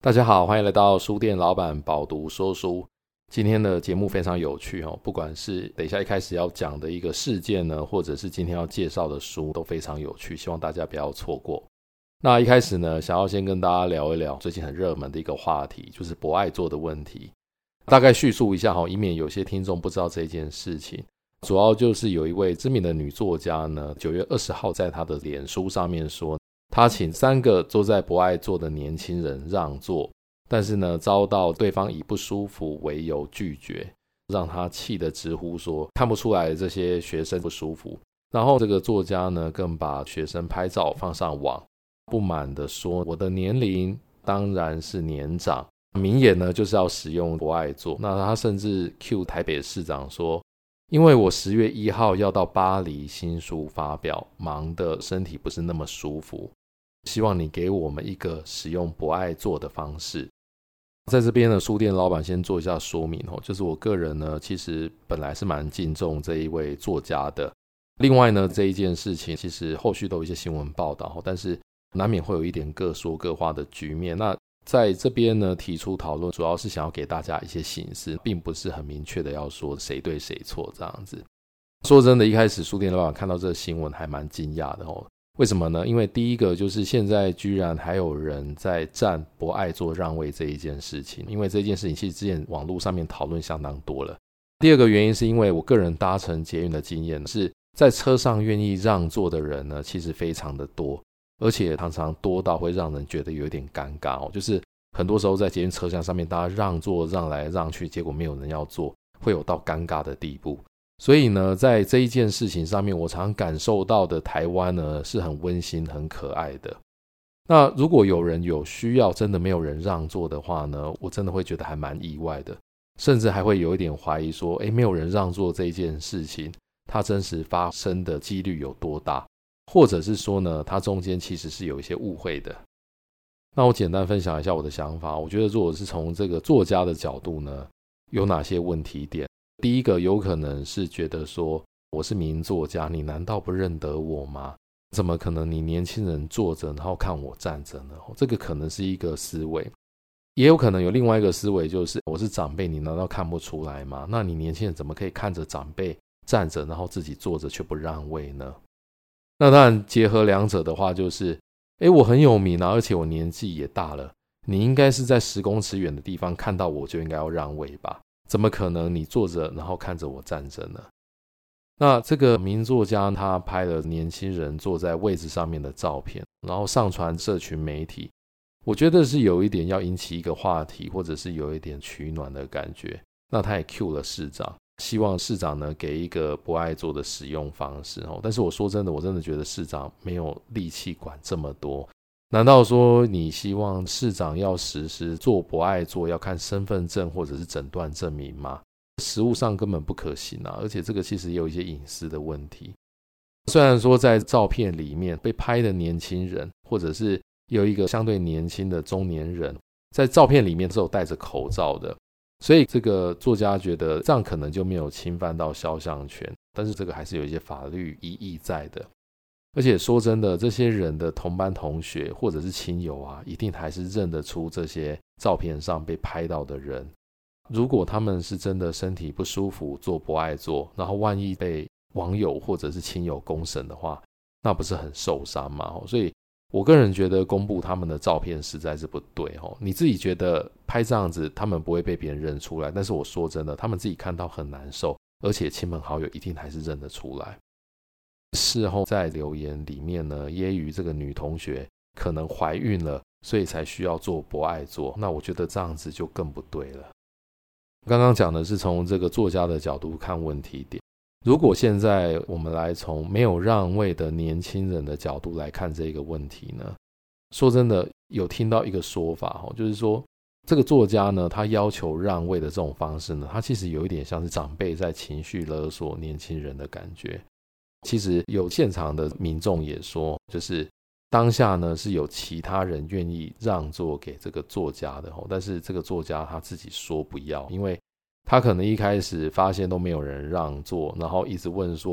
大家好，欢迎来到书店老板饱读说书。今天的节目非常有趣不管是等一下一开始要讲的一个事件呢，或者是今天要介绍的书都非常有趣，希望大家不要错过。那一开始呢，想要先跟大家聊一聊最近很热门的一个话题，就是博爱座的问题。大概叙述一下以免有些听众不知道这件事情。主要就是有一位知名的女作家呢，9月20号在她的脸书上面说，她请3个坐在博爱座的年轻人让座，但是呢遭到对方以不舒服为由拒绝，让她气得直呼说看不出来这些学生不舒服。然后这个作家呢更把学生拍照放上网，不满地说我的年龄当然是年长，明眼呢就是要使用博爱座。那他甚至 cue 台北市长说，因为我10月1号要到巴黎新书发表，忙的身体不是那么舒服，希望你给我们一个使用博爱座的方式。在这边呢，书店老板先做一下说明就是我个人呢其实本来是蛮敬重这一位作家的。另外呢，这一件事情其实后续都有一些新闻报道，但是难免会有一点各说各话的局面。那在这边呢提出讨论，主要是想要给大家一些省思，并不是很明确的要说谁对谁错这样子。说真的，一开始书店老板看到这个新闻还蛮惊讶的为什么呢？因为第一个就是现在居然还有人在站博爱座让位这一件事情，因为这件事情其实之前网络上面讨论相当多了。第二个原因是因为我个人搭乘捷运的经验是，在车上愿意让座的人呢其实非常的多，而且常常多到会让人觉得有点尴尬就是很多时候在捷运车厢上面大家让座让来让去，结果没有人要坐，会有到尴尬的地步。所以呢，在这一件事情上面，我常感受到的台湾呢是很温馨很可爱的。那如果有人有需要真的没有人让座的话呢，我真的会觉得还蛮意外的，甚至还会有一点怀疑说没有人让座这一件事情它真实发生的几率有多大，或者是说呢它中间其实是有一些误会的。那我简单分享一下我的想法。我觉得如果是从这个作家的角度呢，有哪些问题点。第一个有可能是觉得说我是名作家，你难道不认得我吗？怎么可能你年轻人坐着然后看我站着呢？这个可能是一个思维。也有可能有另外一个思维，就是我是长辈，你难道看不出来吗？那你年轻人怎么可以看着长辈站着然后自己坐着却不让位呢？那当然结合两者的话，就是我很有名而且我年纪也大了，你应该是在10公尺远的地方看到我就应该要让位吧，怎么可能你坐着然后看着我站着呢？那这个名作家他拍了年轻人坐在位置上面的照片，然后上传社群媒体，我觉得是有一点要引起一个话题，或者是有一点取暖的感觉。那他也 cue 了市长，希望市长呢给一个博爱座的使用方式但是我说真的，我真的觉得市长没有力气管这么多。难道说你希望市长要实施做博爱座要看身份证或者是诊断证明吗？实务上根本不可行而且这个其实也有一些隐私的问题。虽然说在照片里面被拍的年轻人，或者是有一个相对年轻的中年人，在照片里面是有戴着口罩的，所以这个作家觉得这样可能就没有侵犯到肖像权，但是这个还是有一些法律疑义在的。而且说真的，这些人的同班同学或者是亲友一定还是认得出这些照片上被拍到的人。如果他们是真的身体不舒服坐博爱座，然后万一被网友或者是亲友公审的话，那不是很受伤吗？所以我个人觉得公布他们的照片实在是不对你自己觉得拍这样子他们不会被别人认出来，但是我说真的，他们自己看到很难受，而且亲朋好友一定还是认得出来。事后在留言里面呢，揶揄这个女同学可能怀孕了，所以才需要做博爱座，那我觉得这样子就更不对了。刚刚讲的是从这个作家的角度看问题点，如果现在我们来从没有让位的年轻人的角度来看这个问题呢，说真的有听到一个说法就是说这个作家呢他要求让位的这种方式呢，他其实有一点像是长辈在情绪勒索年轻人的感觉。其实有现场的民众也说，就是当下呢是有其他人愿意让座给这个作家的但是这个作家他自己说不要，因为他可能一开始发现都没有人让座，然后一直问说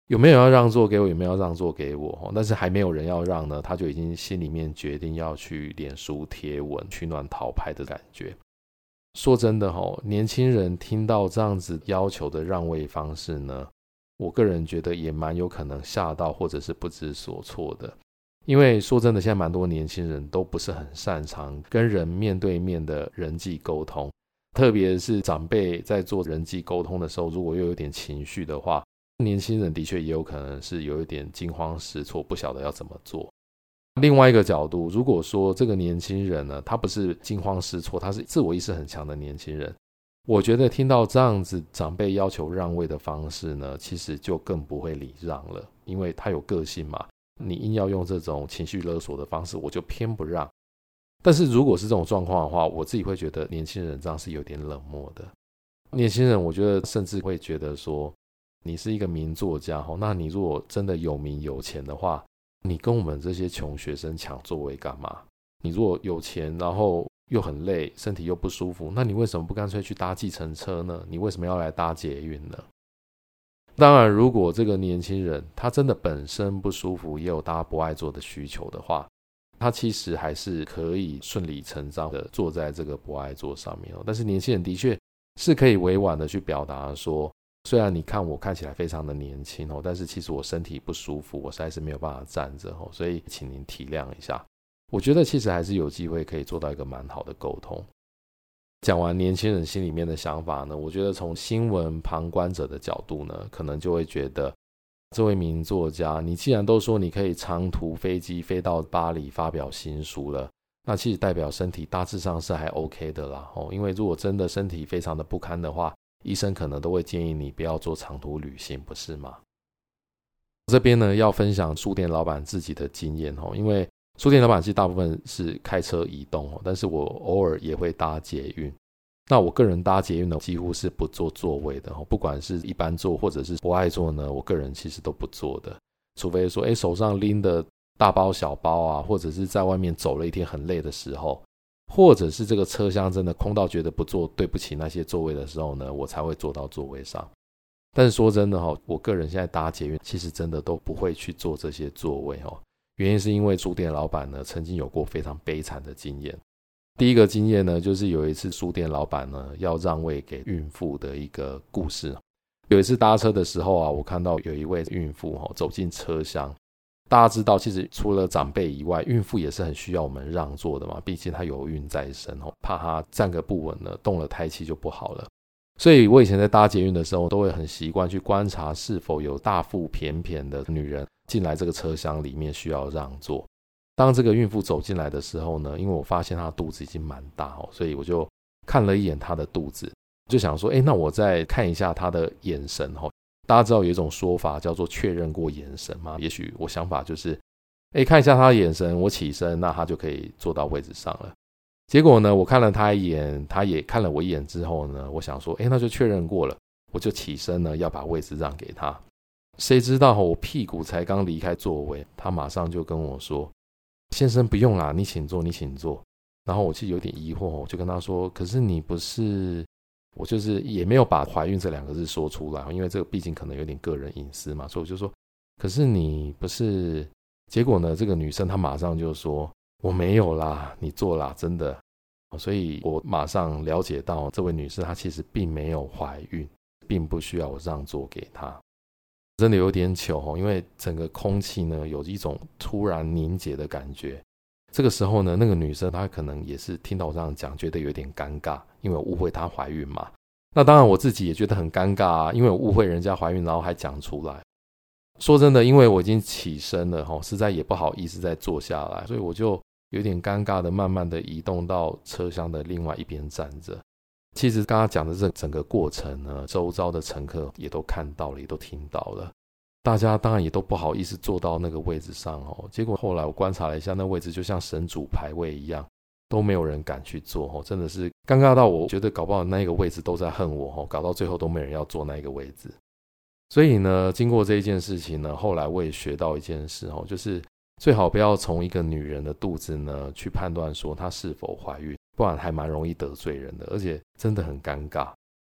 有没有要让座给我，有没有要让座给我，但是还没有人要让呢，他就已经心里面决定要去脸书贴文取暖讨拍的感觉。说真的年轻人听到这样子要求的让位方式呢，我个人觉得也蛮有可能吓到或者是不知所措的。因为说真的，现在蛮多年轻人都不是很擅长跟人面对面的人际沟通，特别是长辈在做人际沟通的时候，如果又有点情绪的话，年轻人的确也有可能是有一点惊慌失措，不晓得要怎么做。另外一个角度，如果说这个年轻人呢，他不是惊慌失措，他是自我意识很强的年轻人，我觉得听到这样子长辈要求让位的方式呢，其实就更不会礼让了，因为他有个性嘛，你硬要用这种情绪勒索的方式，我就偏不让。但是如果是这种状况的话，我自己会觉得年轻人这样是有点冷漠的。年轻人我觉得甚至会觉得说，你是一个名作家，那你如果真的有名有钱的话，你跟我们这些穷学生抢座位干嘛？你如果有钱，然后又很累，身体又不舒服，那你为什么不干脆去搭计程车呢？你为什么要来搭捷运呢？当然，如果这个年轻人他真的本身不舒服，也有搭不爱坐的需求的话，他其实还是可以顺理成章的坐在这个不爱坐上面。但是年轻人的确是可以委婉的去表达说，虽然你看我看起来非常的年轻但是其实我身体不舒服，我实在是没有办法站着所以请您体谅一下。我觉得其实还是有机会可以做到一个蛮好的沟通。讲完年轻人心里面的想法呢，我觉得从新闻旁观者的角度呢，可能就会觉得这位名作家，你既然都说你可以长途飞机飞到巴黎发表新书了，那其实代表身体大致上是还 OK 的啦因为如果真的身体非常的不堪的话，医生可能都会建议你不要做长途旅行，不是吗？这边呢要分享书店老板自己的经验因为书店老板其实大部分是开车移动但是我偶尔也会搭捷运。那我个人搭捷运呢，几乎是不坐座位的不管是一般坐或者是不爱坐呢，我个人其实都不坐的，除非说手上拎的大包小包啊，或者是在外面走了一天很累的时候，或者是这个车厢真的空到觉得不坐对不起那些座位的时候呢，我才会坐到座位上。但是说真的我个人现在搭捷运其实真的都不会去坐这些座位原因是因为书店老板呢曾经有过非常悲惨的经验。第一个经验呢，就是有一次书店老板呢要让位给孕妇的一个故事。有一次搭车的时候啊，我看到有一位孕妇走进车厢。大家知道其实除了长辈以外，孕妇也是很需要我们让座的嘛，毕竟她有孕在身怕她站个不稳了，动了胎气就不好了。所以我以前在搭捷运的时候都会很习惯去观察是否有大腹便便的女人进来这个车厢里面需要让座。当这个孕妇走进来的时候呢，因为我发现她的肚子已经蛮大所以我就看了一眼她的肚子，就想说那我再看一下她的眼神大家知道有一种说法叫做确认过眼神吗？也许我想法就是看一下她的眼神，我起身，那她就可以坐到位置上了。结果呢，我看了她一眼，她也看了我一眼之后呢，我想说那就确认过了，我就起身呢要把位置让给她。谁知道我屁股才刚离开座位，她马上就跟我说，先生不用啦，你请坐，你请坐。然后我其实有点疑惑我就跟她说，可是你不是，我就是也没有把怀孕这2个字说出来，因为这个毕竟可能有点个人隐私嘛，所以我就说，可是你不是。结果呢，这个女生她马上就说，我没有啦，你坐啦，真的。所以我马上了解到这位女士她其实并没有怀孕，并不需要我让座给她。真的有点糗因为整个空气呢有一种突然凝结的感觉。这个时候呢，那个女生她可能也是听到我这样讲，觉得有点尴尬，因为我误会她怀孕嘛。那当然我自己也觉得很尴尬啊，因为我误会人家怀孕，然后还讲出来。说真的，因为我已经起身了实在也不好意思再坐下来，所以我就有点尴尬的慢慢的移动到车厢的另外一边站着。其实刚刚讲的这整个过程呢，周遭的乘客也都看到了，也都听到了。大家当然也都不好意思坐到那个位置上结果后来我观察了一下，那位置就像神主牌位一样，都没有人敢去坐真的是尴尬到我觉得搞不好那个位置都在恨我搞到最后都没人要坐那个位置。所以呢，经过这一件事情呢，后来我也学到一件事就是最好不要从一个女人的肚子呢去判断说她是否怀孕，不然还蛮容易得罪人的，而且真的很尴尬。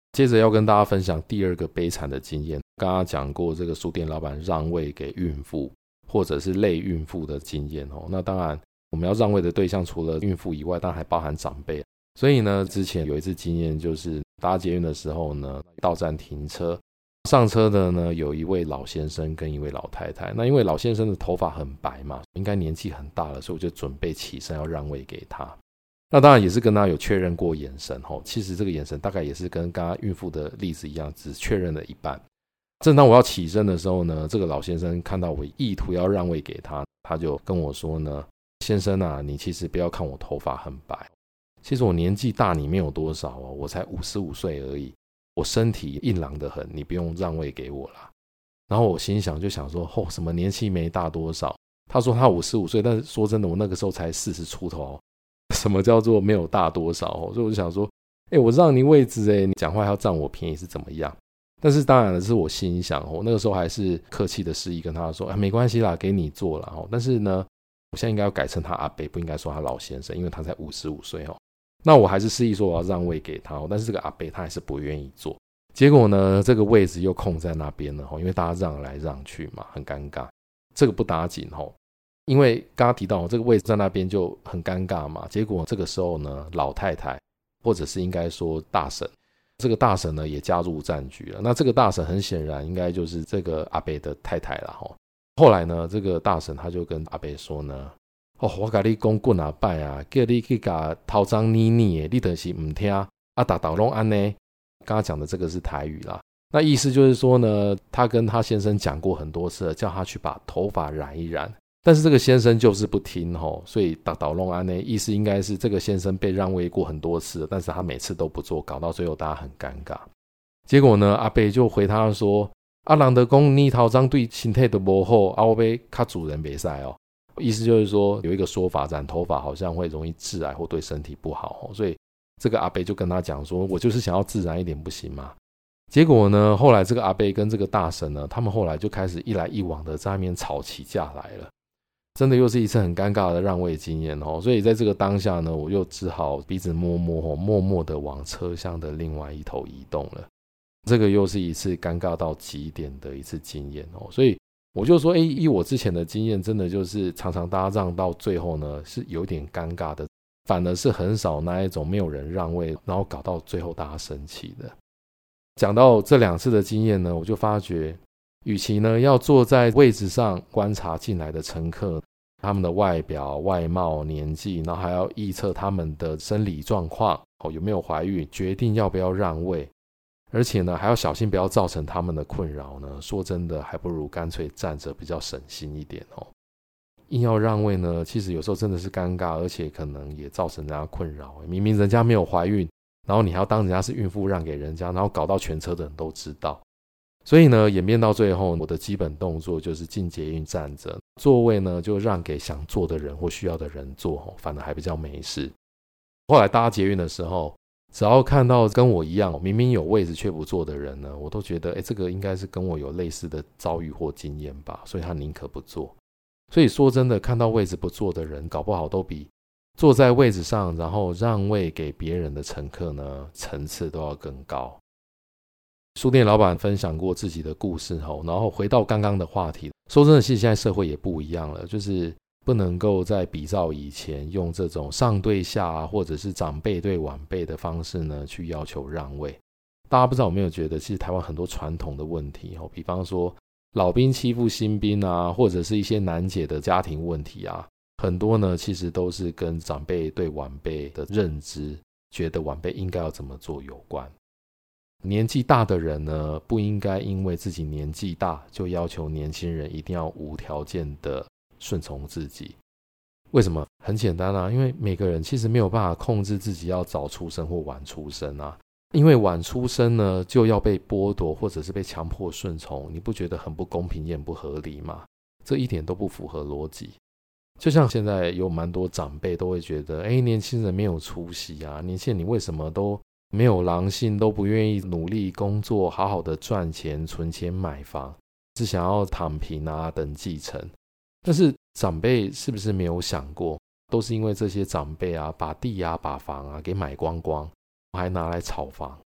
接着要跟大家分享第二个悲惨的经验。刚刚讲过这个书店老板让位给孕妇或者是类孕妇的经验那当然我们要让位的对象除了孕妇以外，当然还包含长辈。所以呢，之前有一次经验就是搭捷运的时候呢，到站停车，上车的呢有一位老先生跟一位老太太。那因为老先生的头发很白嘛，应该年纪很大了，所以我就准备起身要让位给他。那当然也是跟他有确认过眼神其实这个眼神大概也是跟刚刚孕妇的例子一样，只确认了一半。正当我要起身的时候呢，这个老先生看到我意图要让位给他，他就跟我说呢，先生啊，你其实不要看我头发很白，其实我年纪大你没有多少我才55岁而已，我身体硬朗得很，你不用让位给我啦。然后我心想就想说什么年纪没大多少，他说他55岁，但是说真的我那个时候才40出头，什么叫做没有大多少所以我就想说我让你位置你讲话还要占我便宜是怎么样。但是当然是我心想我那个时候还是客气的示意跟他说没关系啦，给你做啦但是呢我现在应该要改成他阿伯，不应该说他老先生，因为他才55岁那我还是示意说我要让位给他但是这个阿伯他还是不愿意做。结果呢这个位置又空在那边了因为大家让来让去嘛，很尴尬。这个不打紧因为刚刚提到这个位置在那边就很尴尬嘛，结果这个时候呢老太太或者是应该说大婶，这个大婶呢也加入战局了。那这个大婶很显然应该就是这个阿伯的太太啦后来呢这个大婶他就跟阿伯说呢我跟你说滚啊拜啊，叫你去给头鬃捏捏的，你就是不听大家都这样。刚刚讲的这个是台语啦，那意思就是说呢，他跟他先生讲过很多次了，叫他去把头发染一染，但是这个先生就是不听所以大家都这样，意思应该是这个先生被让位过很多次了，但是他每次都不做，搞到最后大家很尴尬。结果呢阿伯就回他说人就说你头鬃对身体都不好我要较自然不可意思就是说有一个说法，染头发好像会容易致癌或对身体不好所以这个阿伯就跟他讲说我就是想要自然一点不行吗？结果呢后来这个阿伯跟这个大婶呢，他们后来就开始一来一往的在那边吵起架来了，真的又是一次很尴尬的让位经验所以在这个当下呢，我又只好鼻子摸摸默默的往车厢的另外一头移动了。这个又是一次尴尬到极点的一次经验所以我就说以我之前的经验，真的就是常常大家让到最后呢是有点尴尬的，反而是很少那一种没有人让位然后搞到最后大家生气的。讲到这2次的经验呢，我就发觉与其呢要坐在位置上观察进来的乘客他们的外表外貌年纪，然后还要预测他们的生理状况有没有怀孕，决定要不要让位，而且呢还要小心不要造成他们的困扰呢，说真的还不如干脆站着比较省心一点硬要让位呢其实有时候真的是尴尬，而且可能也造成人家困扰明明人家没有怀孕，然后你还要当人家是孕妇让给人家，然后搞到全车的人都知道。所以呢演变到最后，我的基本动作就是进捷运站着，座位呢就让给想坐的人或需要的人坐反而还比较没事。后来搭捷运的时候，只要看到跟我一样明明有位置却不坐的人呢，我都觉得这个应该是跟我有类似的遭遇或经验吧，所以他宁可不坐。所以说真的看到位置不坐的人，搞不好都比坐在位置上然后让位给别人的乘客呢层次都要更高。书店老板分享过自己的故事然后回到刚刚的话题，说真的其实现在社会也不一样了，就是不能够在比照以前用这种上对下或者是长辈对晚辈的方式呢去要求让位。大家不知道有没有觉得其实台湾很多传统的问题比方说老兵欺负新兵或者是一些难解的家庭问题很多呢其实都是跟长辈对晚辈的认知，觉得晚辈应该要怎么做有关。年纪大的人呢不应该因为自己年纪大就要求年轻人一定要无条件的顺从自己。为什么？很简单因为每个人其实没有办法控制自己要早出生或晚出生因为晚出生呢就要被剥夺或者是被强迫顺从，你不觉得很不公平也很不合理吗？这一点都不符合逻辑。就像现在有蛮多长辈都会觉得年轻人没有出息年轻人你为什么都没有狼性，都不愿意努力工作好好的赚钱存钱买房，只想要躺平等继承。但是长辈是不是没有想过，都是因为这些长辈把地把房给买光光，还拿来炒房，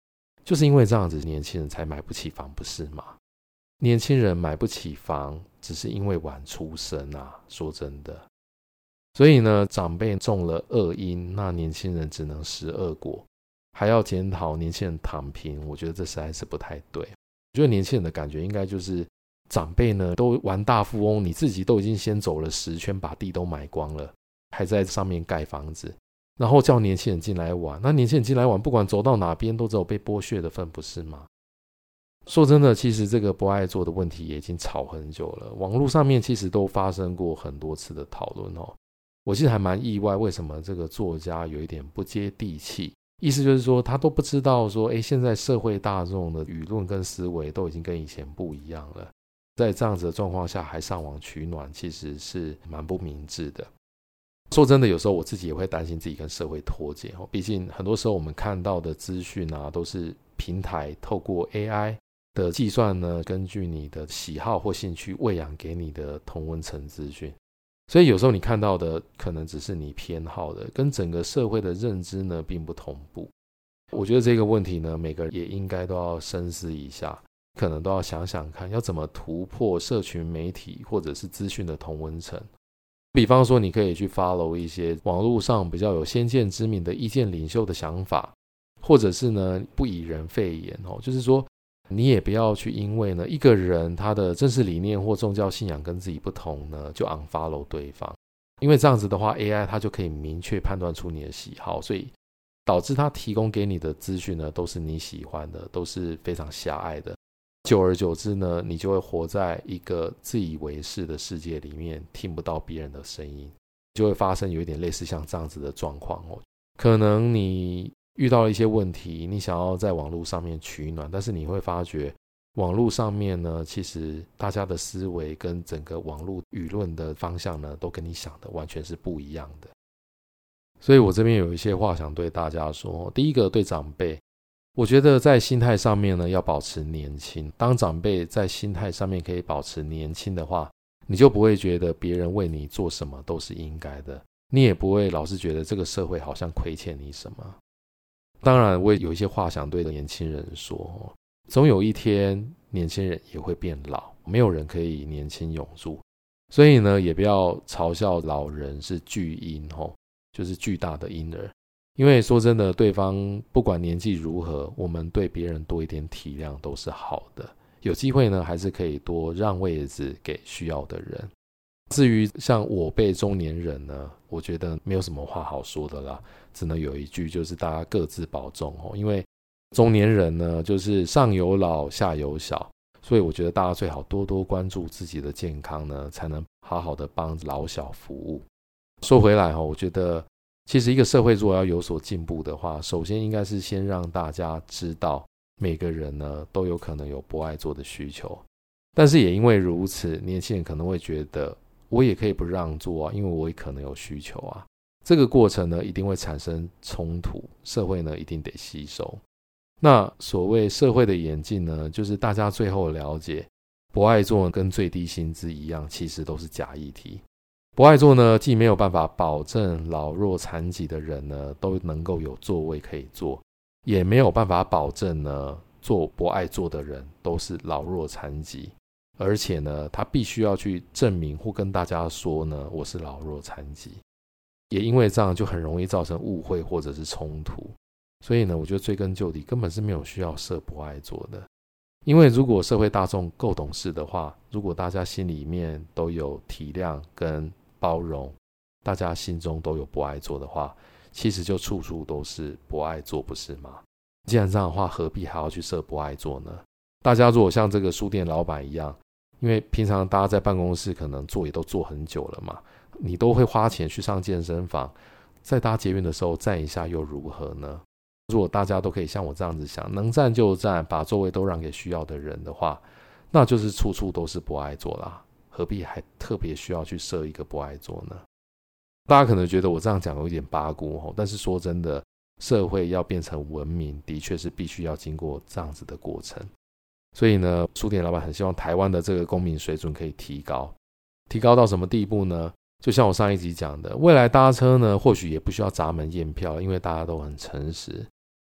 就是因为这样子，年轻人才买不起房，不是吗？年轻人买不起房，只是因为晚出生啊，说真的。所以呢，长辈种了恶因，那年轻人只能食恶果，还要检讨年轻人躺平，我觉得这实在是不太对。我觉得年轻人的感觉应该就是长辈呢都玩大富翁，你自己都已经先走了10圈，把地都买光了，还在上面盖房子，然后叫年轻人进来玩。那年轻人进来玩，不管走到哪边都只有被剥削的份，不是吗？说真的，其实这个不爱做的问题也已经吵很久了，网络上面其实都发生过很多次的讨论哦。我其实还蛮意外，为什么这个作家有一点不接地气，意思就是说他都不知道说现在社会大众的舆论跟思维都已经跟以前不一样了，在这样子的状况下还上网取暖，其实是蛮不明智的。说真的，有时候我自己也会担心自己跟社会脱节，毕竟很多时候我们看到的资讯啊，都是平台透过 AI 的计算呢，根据你的喜好或兴趣喂养给你的同温层资讯，所以有时候你看到的可能只是你偏好的，跟整个社会的认知呢并不同步。我觉得这个问题呢，每个人也应该都要深思一下，可能都要想想看要怎么突破社群媒体或者是资讯的同温层。比方说你可以去 follow 一些网络上比较有先见之明的意见领袖的想法，或者是呢不以人废言，就是说你也不要去因为呢一个人他的政治理念或宗教信仰跟自己不同呢就 unfollow 对方，因为这样子的话 AI 它就可以明确判断出你的喜好，所以导致它提供给你的资讯呢都是你喜欢的，都是非常狭隘的。久而久之呢，你就会活在一个自以为是的世界里面，听不到别人的声音，就会发生有一点类似像这样子的状况哦。可能你遇到了一些问题，你想要在网络上面取暖，但是你会发觉网络上面呢，其实大家的思维跟整个网络舆论的方向呢，都跟你想的完全是不一样的。所以我这边有一些话想对大家说。第一个，对长辈，我觉得在心态上面呢要保持年轻。当长辈在心态上面可以保持年轻的话，你就不会觉得别人为你做什么都是应该的，你也不会老是觉得这个社会好像亏欠你什么。当然我也有一些话想对年轻人说，总有一天年轻人也会变老，没有人可以年轻永驻，所以呢也不要嘲笑老人是巨婴，就是巨大的婴儿。因为说真的，对方不管年纪如何，我们对别人多一点体谅都是好的，有机会呢还是可以多让位子给需要的人。至于像我辈中年人呢，我觉得没有什么话好说的啦，只能有一句，就是大家各自保重，因为中年人呢就是上有老下有小，所以我觉得大家最好多多关注自己的健康呢，才能好好的帮老小服务。说回来，我觉得其实一个社会如果要有所进步的话，首先应该是先让大家知道每个人呢都有可能有不爱做的需求，但是也因为如此，年轻人可能会觉得我也可以不让座啊，因为我也可能有需求啊。这个过程呢一定会产生冲突，社会呢一定得吸收。那所谓社会的演进呢，就是大家最后了解不爱做跟最低薪资一样，其实都是假议题。不爱做呢，既没有办法保证老弱残疾的人呢都能够有座位可以坐，也没有办法保证呢做不爱做的人都是老弱残疾，而且呢他必须要去证明或跟大家说呢我是老弱残疾，也因为这样就很容易造成误会或者是冲突。所以呢我觉得追根究底根本是没有需要设不爱做的，因为如果社会大众够懂事的话，如果大家心里面都有体谅跟包容，大家心中都有不爱做的话，其实就处处都是不爱做，不是吗？既然这样的话，何必还要去设不爱做呢？大家如果像这个书店老板一样，因为平常大家在办公室可能坐也都坐很久了嘛，你都会花钱去上健身房，在搭捷运的时候站一下又如何呢？如果大家都可以像我这样子想，能站就站，把座位都让给需要的人的话，那就是处处都是不爱做啦，何必还特别需要去设一个不爱做呢？大家可能觉得我这样讲有一点八股，但是说真的，社会要变成文明，的确是必须要经过这样子的过程。所以呢，书店老板很希望台湾的这个公民水准可以提高，提高到什么地步呢？就像我上一集讲的，未来搭车呢，或许也不需要闸门验票，因为大家都很诚实。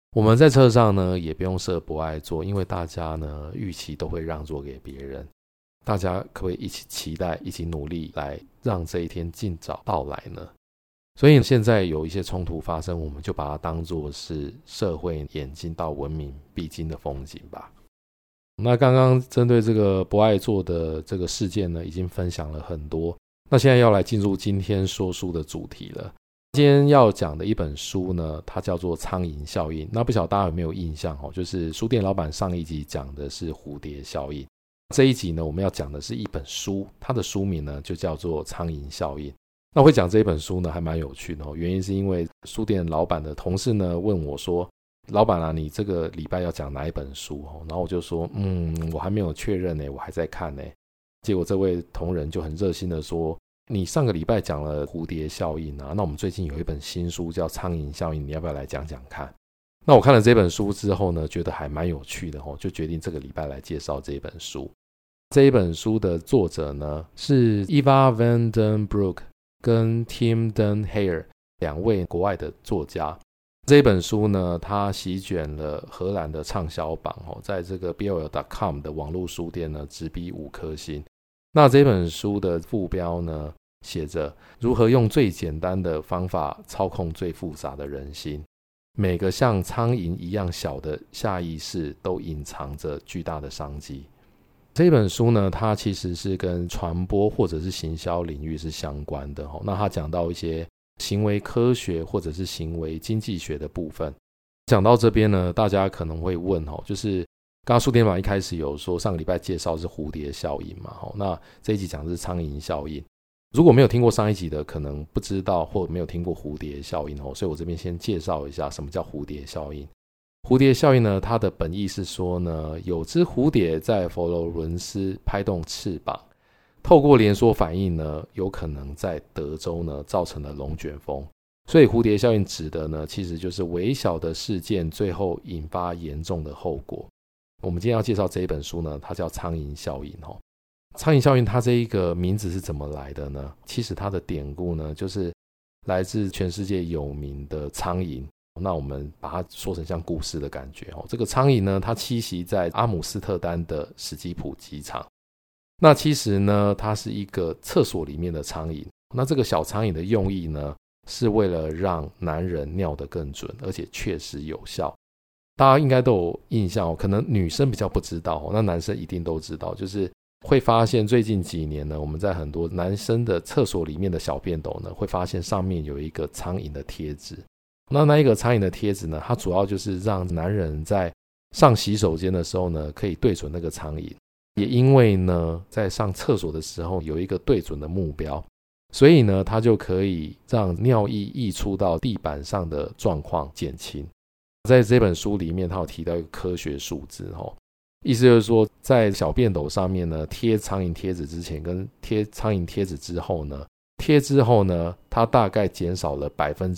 我们在车上呢也不用设博爱座，因为大家呢预期都会让座给别人，大家可不可以一起期待，一起努力来让这一天尽早到来呢？所以现在有一些冲突发生，我们就把它当作是社会演进到文明必经的风景吧。那刚刚针对这个博爱座的这个事件呢，已经分享了很多，那现在要来进入今天说书的主题了。今天要讲的一本书呢，它叫做《苍蝇效应》。那不晓得大家有没有印象就是书店老板上一集讲的是蝴蝶效应，这一集呢我们要讲的是一本书，它的书名呢就叫做《苍蝇效应》。那会讲这本书呢还蛮有趣的原因是因为书店老板的同事呢问我说，老板啊，你这个礼拜要讲哪一本书？然后我就说我还没有确认呢，我还在看呢。结果这位同仁就很热心的说，你上个礼拜讲了蝴蝶效应啊，那我们最近有一本新书叫苍蝇效应，你要不要来讲讲看？那我看了这本书之后呢，觉得还蛮有趣的就决定这个礼拜来介绍这本书。这一本书的作者呢是 Eva van den Broek 跟 Tim den Heer 两位国外的作家。这本书呢它席卷了荷兰的畅销榜在这个 BL.com 的网络书店呢直逼5颗星。那这本书的副标呢写着如何用最简单的方法操控最复杂的人心，每个像苍蝇一样小的下意识都隐藏着巨大的商机。这本书呢它其实是跟传播或者是行销领域是相关的那它讲到一些行为科学或者是行为经济学的部分。讲到这边呢，大家可能会问就是刚刚书店长一开始有说上个礼拜介绍是蝴蝶效应嘛，那这一集讲的是苍蝇效应。如果没有听过上一集的可能不知道或没有听过蝴蝶效应所以我这边先介绍一下什么叫蝴蝶效应。蝴蝶效应呢，它的本意是说呢，有只蝴蝶在佛罗伦斯拍动翅膀，透过连锁反应呢，有可能在德州呢造成了龙卷风。所以蝴蝶效应指的呢，其实就是微小的事件最后引发严重的后果。我们今天要介绍这一本书呢，它叫苍蝇效应苍蝇效应它这一个名字是怎么来的呢？其实它的典故呢，就是来自全世界有名的苍蝇。那我们把它说成像故事的感觉这个苍蝇呢，它栖息在阿姆斯特丹的史基普机场。那其实呢，它是一个厕所里面的苍蝇。那这个小苍蝇的用意呢，是为了让男人尿得更准，而且确实有效。大家应该都有印象可能女生比较不知道那男生一定都知道，就是会发现最近几年呢，我们在很多男生的厕所里面的小便斗呢，会发现上面有一个苍蝇的贴纸。那一个苍蝇的贴纸呢，它主要就是让男人在上洗手间的时候呢，可以对准那个苍蝇。也因为呢，在上厕所的时候有一个对准的目标，所以呢，它就可以让尿液溢出到地板上的状况减轻。在这本书里面，它有提到一个科学数字意思就是说，在小便斗上面呢，贴苍蝇贴纸之前跟贴苍蝇贴纸之后呢，贴之后呢，它大概减少了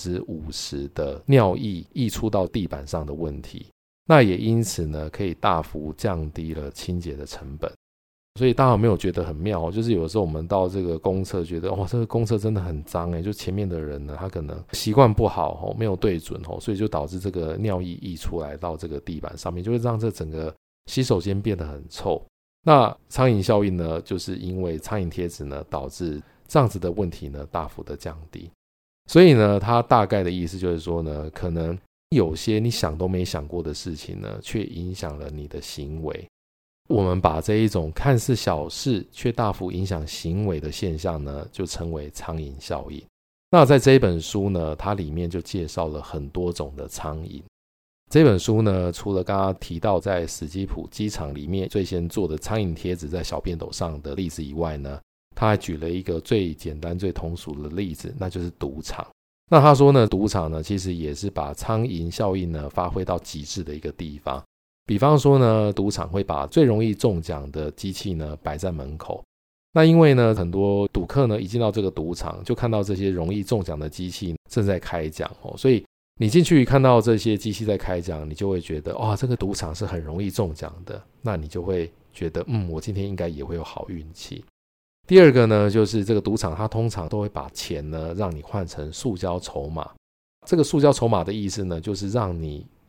50% 的尿液溢出到地板上的问题。那也因此呢，可以大幅降低了清洁的成本。所以大家有没有觉得很妙就是有的时候我们到这个公厕觉得这个公厕真的很脏就前面的人呢，他可能习惯不好没有对准所以就导致这个尿液溢出来到这个地板上面，就会让这整个洗手间变得很臭。那苍蝇效应呢，就是因为苍蝇贴纸呢，导致这样子的问题呢大幅的降低。所以呢，它大概的意思就是说呢，可能有些你想都没想过的事情呢，却影响了你的行为。我们把这一种看似小事却大幅影响行为的现象呢，就称为苍蝇效应。那在这一本书呢，它里面就介绍了很多种的苍蝇。这本书呢，除了刚刚提到在史基普机场里面最先做的苍蝇贴纸在小便斗上的例子以外呢，他还举了一个最简单最通俗的例子，那就是赌场。那他说呢，赌场呢其实也是把苍蝇效应呢发挥到极致的一个地方。比方说呢，赌场会把最容易中奖的机器呢摆在门口。那因为呢，很多赌客呢一进到这个赌场，就看到这些容易中奖的机器正在开奖所以你进去看到这些机器在开奖，你就会觉得这个赌场是很容易中奖的，那你就会觉得我今天应该也会有好运气。第二个呢，就是这个赌场它通常都会把钱呢让你换成塑胶筹码。这个塑胶筹码的意思呢，就是让你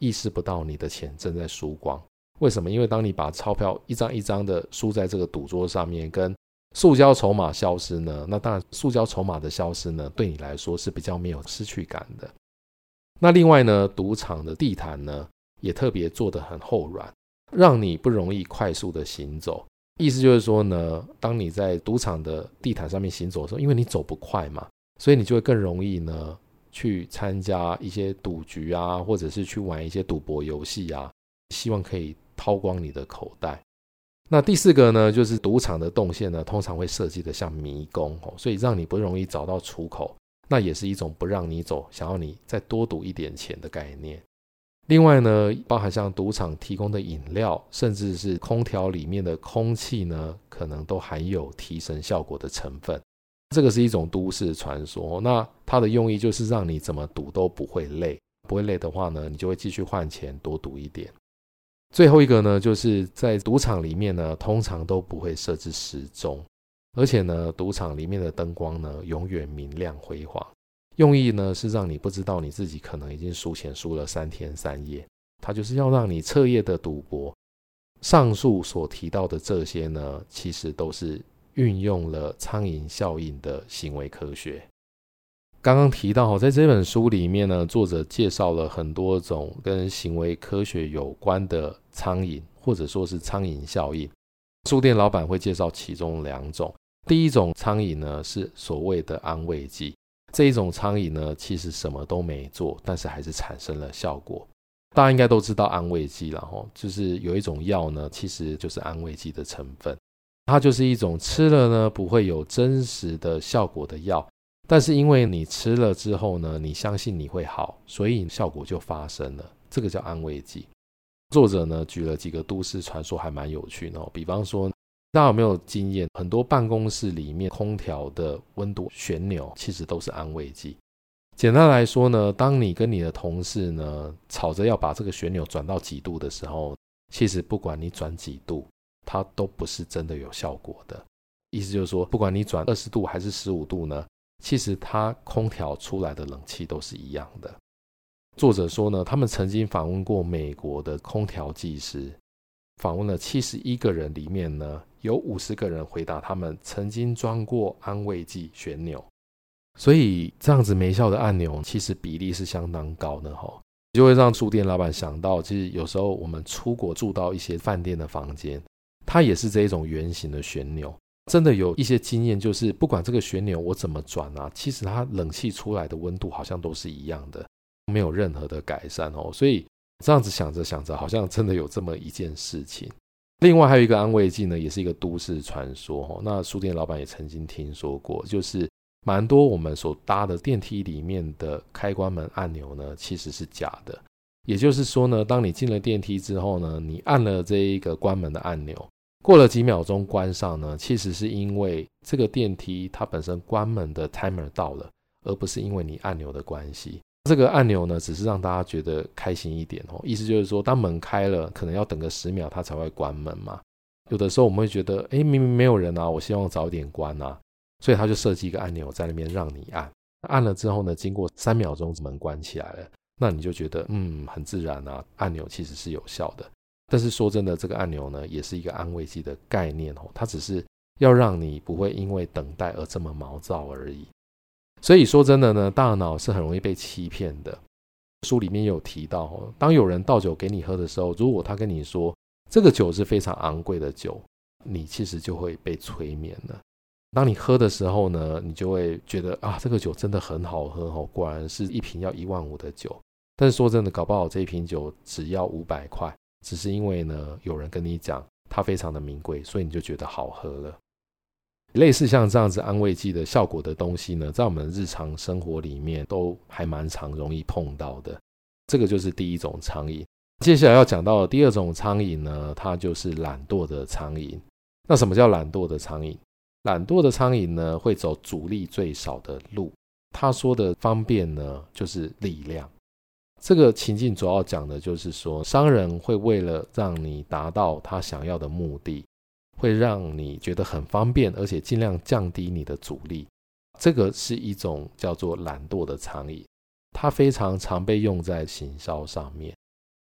意识不到你的钱正在输光。为什么？因为当你把钞票一张一张的输在这个赌桌上面，跟塑胶筹码消失呢，那当然塑胶筹码的消失呢，对你来说是比较没有失去感的。那另外呢，赌场的地毯呢也特别做得很厚软，让你不容易快速的行走。意思就是说呢，当你在赌场的地毯上面行走的时候，因为你走不快嘛，所以你就会更容易呢去参加一些赌局啊，或者是去玩一些赌博游戏啊，希望可以掏光你的口袋。那第四个呢，就是赌场的动线呢通常会设计的像迷宫，所以让你不容易找到出口，那也是一种不让你走，想要你再多赌一点钱的概念。另外呢，包含像赌场提供的饮料，甚至是空调里面的空气呢，可能都含有提神效果的成分。这个是一种都市传说，那它的用意就是让你怎么赌都不会累，不会累的话呢，你就会继续换钱多赌一点。最后一个呢，就是在赌场里面呢，通常都不会设置时钟，而且呢，赌场里面的灯光呢，永远明亮辉煌。用意呢，是让你不知道你自己可能已经输钱输了3天3夜，它就是要让你彻夜的赌博。上述所提到的这些呢，其实都是运用了苍蝇效应的行为科学。刚刚提到在这本书里面呢，作者介绍了很多种跟行为科学有关的苍蝇，或者说是苍蝇效应。书店老板会介绍其中2种。第一种苍蝇呢，是所谓的安慰剂。这一种苍蝇呢，其实什么都没做，但是还是产生了效果。大家应该都知道安慰剂啦，就是有一种药呢，其实就是安慰剂的成分。它就是一种吃了呢不会有真实的效果的药，但是因为你吃了之后呢，你相信你会好，所以效果就发生了，这个叫安慰剂。作者呢举了几个都市传说还蛮有趣的，比方说大家有没有经验，很多办公室里面空调的温度旋钮其实都是安慰剂。简单来说呢，当你跟你的同事呢吵着要把这个旋钮转到几度的时候，其实不管你转几度，它都不是真的有效果的。意思就是说，不管你转20度还是15度呢，其实它空调出来的冷气都是一样的。作者说呢，他们曾经访问过美国的空调技师，访问了71个人，里面呢有50个人回答他们曾经装过安慰剂旋钮。所以这样子没效的按钮其实比例是相当高的，就会让书店老板想到，其实有时候我们出国住到一些饭店的房间，它也是这种圆形的旋钮。真的有一些经验，就是不管这个旋钮我怎么转啊，其实它冷气出来的温度好像都是一样的，没有任何的改善。所以这样子想着想着，好像真的有这么一件事情。另外还有一个安慰剂呢，也是一个都市传说，那书店老板也曾经听说过，就是蛮多我们所搭的电梯里面的开关门按钮呢，其实是假的。也就是说呢，当你进了电梯之后呢，你按了这一个关门的按钮，过了几秒钟关上呢，其实是因为这个电梯它本身关门的 timer 到了，而不是因为你按钮的关系。这个按钮呢，只是让大家觉得开心一点，意思就是说，当门开了，可能要等个10秒它才会关门嘛。有的时候我们会觉得，明明没有人啊，我希望早点关啊，所以他就设计一个按钮在那边让你按，按了之后呢，经过3秒钟门关起来了，那你就觉得很自然啊，按钮其实是有效的。但是说真的，这个按钮呢也是一个安慰剂的概念，它只是要让你不会因为等待而这么毛躁而已。所以说真的呢，大脑是很容易被欺骗的。书里面有提到，当有人倒酒给你喝的时候，如果他跟你说这个酒是非常昂贵的酒，你其实就会被催眠了。当你喝的时候呢，你就会觉得这个酒真的很好喝，果然是一瓶要15000的酒。但是说真的，搞不好这一瓶酒只要500块，只是因为呢有人跟你讲它非常的名贵，所以你就觉得好喝了。类似像这样子安慰剂的效果的东西呢，在我们日常生活里面都还蛮常容易碰到的。这个就是第一种苍蝇。接下来要讲到的第二种苍蝇呢，它就是懒惰的苍蝇。那什么叫懒惰的苍蝇？懒惰的苍蝇呢，会走阻力最少的路。他说的方便呢，就是力量。这个情境主要讲的就是说，商人会为了让你达到他想要的目的，会让你觉得很方便，而且尽量降低你的阻力。这个是一种叫做懒惰的苍蝇，它非常常被用在行销上面。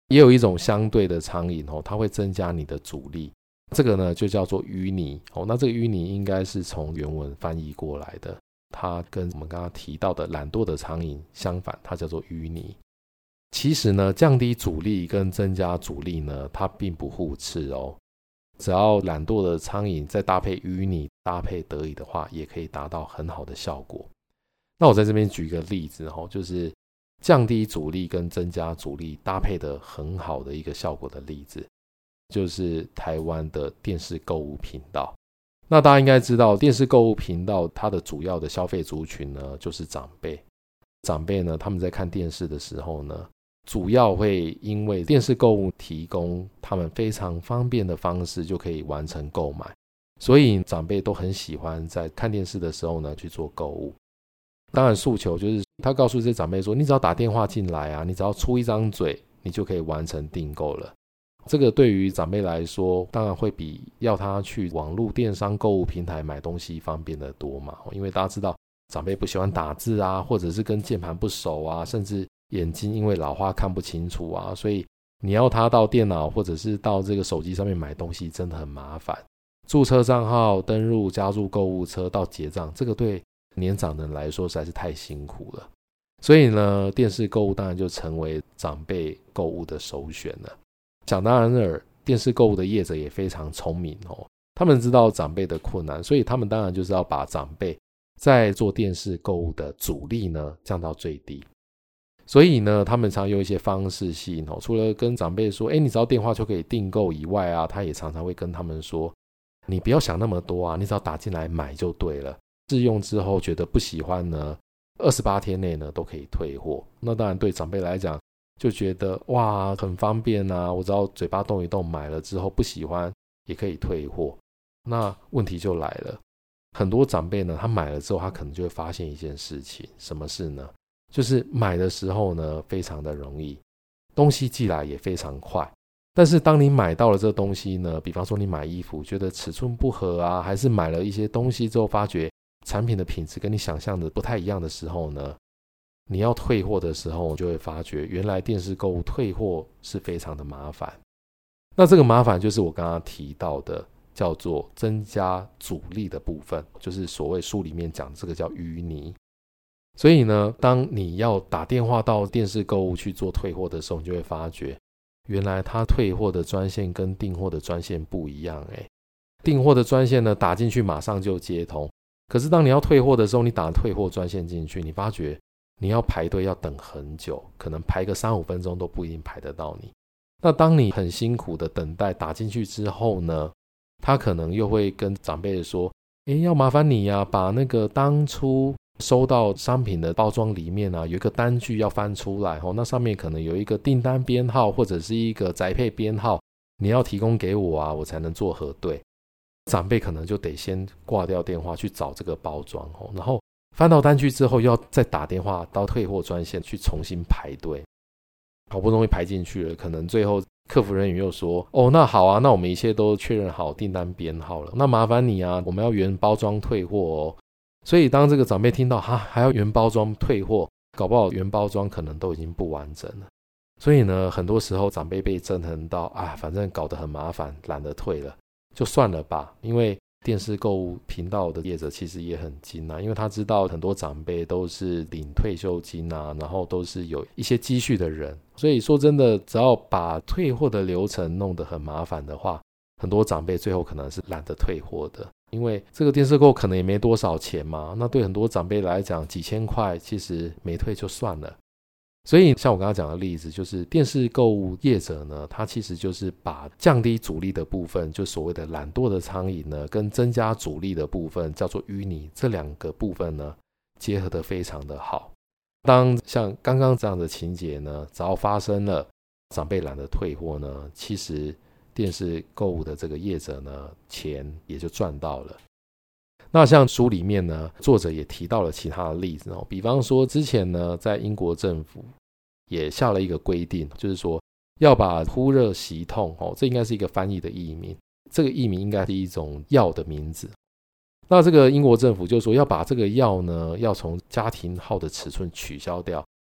也有一种相对的苍蝇它会增加你的阻力，这个呢就叫做淤泥那这个淤泥应该是从原文翻译过来的，它跟我们刚刚提到的懒惰的苍蝇相反，它叫做淤泥。其实呢，降低阻力跟增加阻力呢，它并不互斥只要懒惰的苍蝇再搭配淤泥搭配得宜的话，也可以达到很好的效果。那我在这边举一个例子就是降低阻力跟增加阻力搭配的很好的一个效果的例子，就是台湾的电视购物频道。那大家应该知道，电视购物频道它的主要的消费族群呢，就是长辈。长辈呢，他们在看电视的时候呢，主要会因为电视购物提供他们非常方便的方式就可以完成购买，所以长辈都很喜欢在看电视的时候呢去做购物。当然诉求就是他告诉这些长辈说，你只要打电话进来啊，你只要出一张嘴，你就可以完成订购了。这个对于长辈来说，当然会比要他去网络电商购物平台买东西方便得多嘛。因为大家知道长辈不喜欢打字啊，或者是跟键盘不熟啊，甚至眼睛因为老花看不清楚啊，所以你要他到电脑或者是到这个手机上面买东西真的很麻烦。注册账号、登入、加入购物车到结账，这个对年长人来说实在是太辛苦了。所以呢，电视购物当然就成为长辈购物的首选了。讲当然耳，电视购物的业者也非常聪明他们知道长辈的困难，所以他们当然就是要把长辈在做电视购物的阻力呢降到最低。所以呢，他们常用一些方式吸引除了跟长辈说你只要电话就可以订购以外啊，他也常常会跟他们说，你不要想那么多啊，你只要打进来买就对了。试用之后觉得不喜欢呢，28天内呢都可以退货。那当然对长辈来讲就觉得哇很方便啊，我只要嘴巴动一动买了之后不喜欢也可以退货。那问题就来了，很多长辈呢他买了之后他可能就会发现一件事情，什么事呢？就是买的时候呢非常的容易，东西寄来也非常快，但是当你买到了这东西呢，比方说你买衣服觉得尺寸不合啊，还是买了一些东西之后发觉产品的品质跟你想象的不太一样的时候呢，你要退货的时候就会发觉原来电视购物退货是非常的麻烦。那这个麻烦就是我刚刚提到的叫做增加阻力的部分，就是所谓书里面讲这个叫淤泥。所以呢，当你要打电话到电视购物去做退货的时候，你就会发觉原来他退货的专线跟订货的专线不一样订货的专线呢打进去马上就接通，可是当你要退货的时候，你打退货专线进去，你发觉你要排队要等很久，可能排个3-5分钟都不一定排得到你。那当你很辛苦的等待打进去之后呢，他可能又会跟长辈说要麻烦你啊，把那个当初收到商品的包装里面啊有一个单据要翻出来那上面可能有一个订单编号或者是一个宅配编号，你要提供给我啊，我才能做核对。长辈可能就得先挂掉电话去找这个包装然后翻到单据之后又要再打电话到退货专线去重新排队，好不容易排进去了，可能最后客服人员又说那好啊，那我们一切都确认好订单编号了，那麻烦你啊，我们要原包装退货所以当这个长辈听到还要原包装退货，搞不好原包装可能都已经不完整了。所以呢，很多时候长辈被折腾到反正搞得很麻烦，懒得退了，就算了吧。因为电视购物频道的业者其实也很精因为他知道很多长辈都是领退休金然后都是有一些积蓄的人，所以说真的只要把退货的流程弄得很麻烦的话，很多长辈最后可能是懒得退货的。因为这个电视购物可能也没多少钱嘛，那对很多长辈来讲几千块其实没退就算了。所以像我刚刚讲的例子，就是电视购物业者呢，他其实就是把降低阻力的部分，就所谓的懒惰的苍蝇呢，跟增加阻力的部分叫做淤泥，这两个部分呢结合得非常的好。当像刚刚这样的情节呢只要发生了，长辈懒得退货呢，其实电视购物的这个业者呢钱也就赚到了。那像书里面呢，作者也提到了其他的例子比方说之前呢，在英国政府也下了一个规定，就是说要把忽热息痛这应该是一个翻译的译名，这个译名应该是一种药的名字。那这个英国政府就说要把这个药呢，要从家庭号的尺寸取消掉，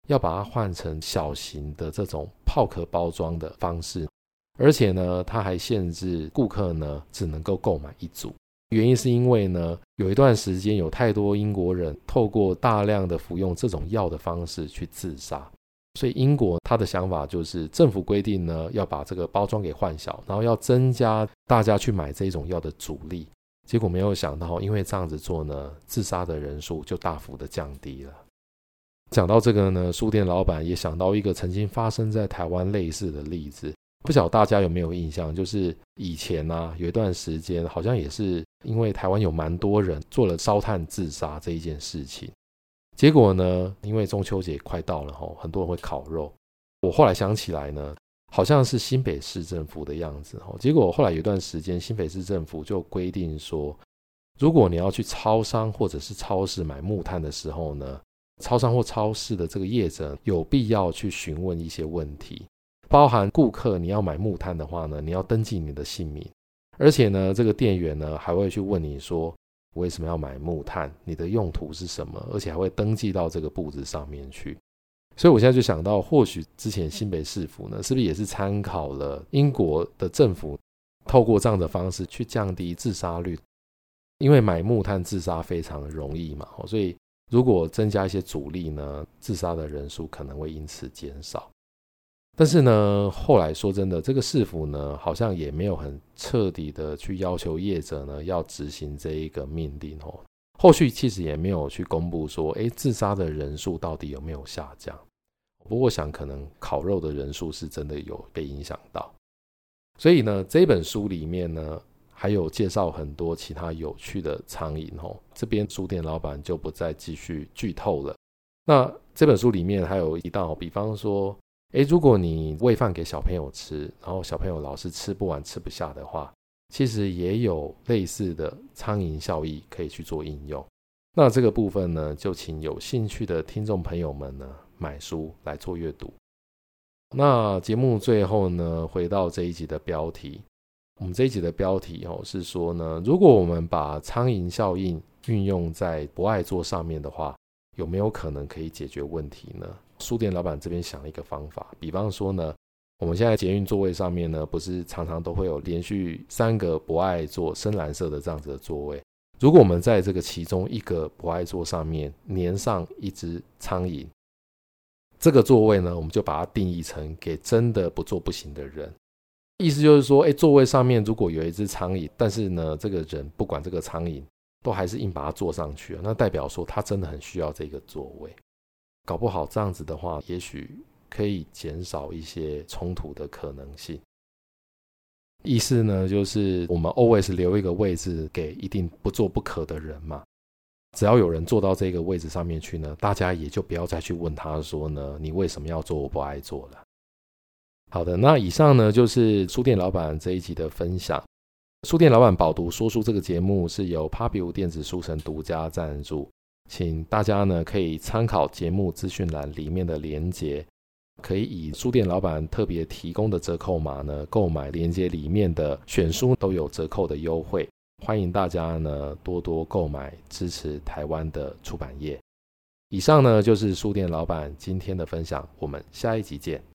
要把它换成小型的这种泡壳包装的方式，而且呢它还限制顾客呢只能够购买一组。原因是因为呢有一段时间有太多英国人透过大量的服用这种药的方式去自杀，所以英国他的想法就是政府规定呢要把这个包装给换小，然后要增加大家去买这种药的阻力。结果没有想到因为这样子做呢，自杀的人数就大幅的降低了。讲到这个呢，书店老板也想到一个曾经发生在台湾类似的例子，不晓得大家有没有印象，就是以前有一段时间好像也是因为台湾有蛮多人做了烧炭自杀这一件事情。结果呢因为中秋节快到了，很多人会烤肉，我后来想起来呢好像是新北市政府的样子。结果后来有一段时间新北市政府就规定说，如果你要去超商或者是超市买木炭的时候呢，超商或超市的这个业者有必要去询问一些问题，包含顾客你要买木炭的话呢，你要登记你的姓名，而且呢这个店员呢还会去问你说为什么要买木炭，你的用途是什么，而且还会登记到这个簿子上面去。所以我现在就想到，或许之前新北市府呢是不是也是参考了英国的政府，透过这样的方式去降低自杀率。因为买木炭自杀非常容易嘛，所以如果增加一些阻力呢，自杀的人数可能会因此减少。但是呢后来说真的，这个市府呢好像也没有很彻底的去要求业者呢要执行这一个命令。后续其实也没有去公布说自杀的人数到底有没有下降。不过想可能烤肉的人数是真的有被影响到。所以呢这本书里面呢还有介绍很多其他有趣的苍蝇，这边书店老板就不再继续剧透了。那这本书里面还有一道，比方说如果你喂饭给小朋友吃，然后小朋友老是吃不完吃不下的话，其实也有类似的苍蝇效益可以去做应用。那这个部分呢就请有兴趣的听众朋友们呢买书来做阅读。那节目最后呢回到这一集的标题，我们这一集的标题是说呢，如果我们把苍蝇效应运用在不爱做上面的话，有没有可能可以解决问题呢？书店老板这边想了一个方法，比方说呢，我们现在捷运座位上面呢，不是常常都会有连续3个不爱座深蓝色的这样子的座位，如果我们在这个其中一个不爱座上面粘上一只苍蝇，这个座位呢我们就把它定义成给真的不做不行的人。意思就是说座位上面如果有一只苍蝇，但是呢这个人不管这个苍蝇都还是硬把它坐上去了，那代表说他真的很需要这个座位。搞不好这样子的话，也许可以减少一些冲突的可能性。意思呢就是我们 always 留一个位置给一定不做不可的人嘛，只要有人坐到这个位置上面去呢，大家也就不要再去问他说呢你为什么要做我不爱做了。好的，那以上呢就是书店老板这一集的分享。书店老板饱读说书这个节目是由 Pubu 电子书城独家赞助，请大家呢可以参考节目资讯栏里面的连结，可以以书店老板特别提供的折扣码呢购买连结里面的选书都有折扣的优惠，欢迎大家呢多多购买，支持台湾的出版业。以上呢就是书店老板今天的分享，我们下一集见。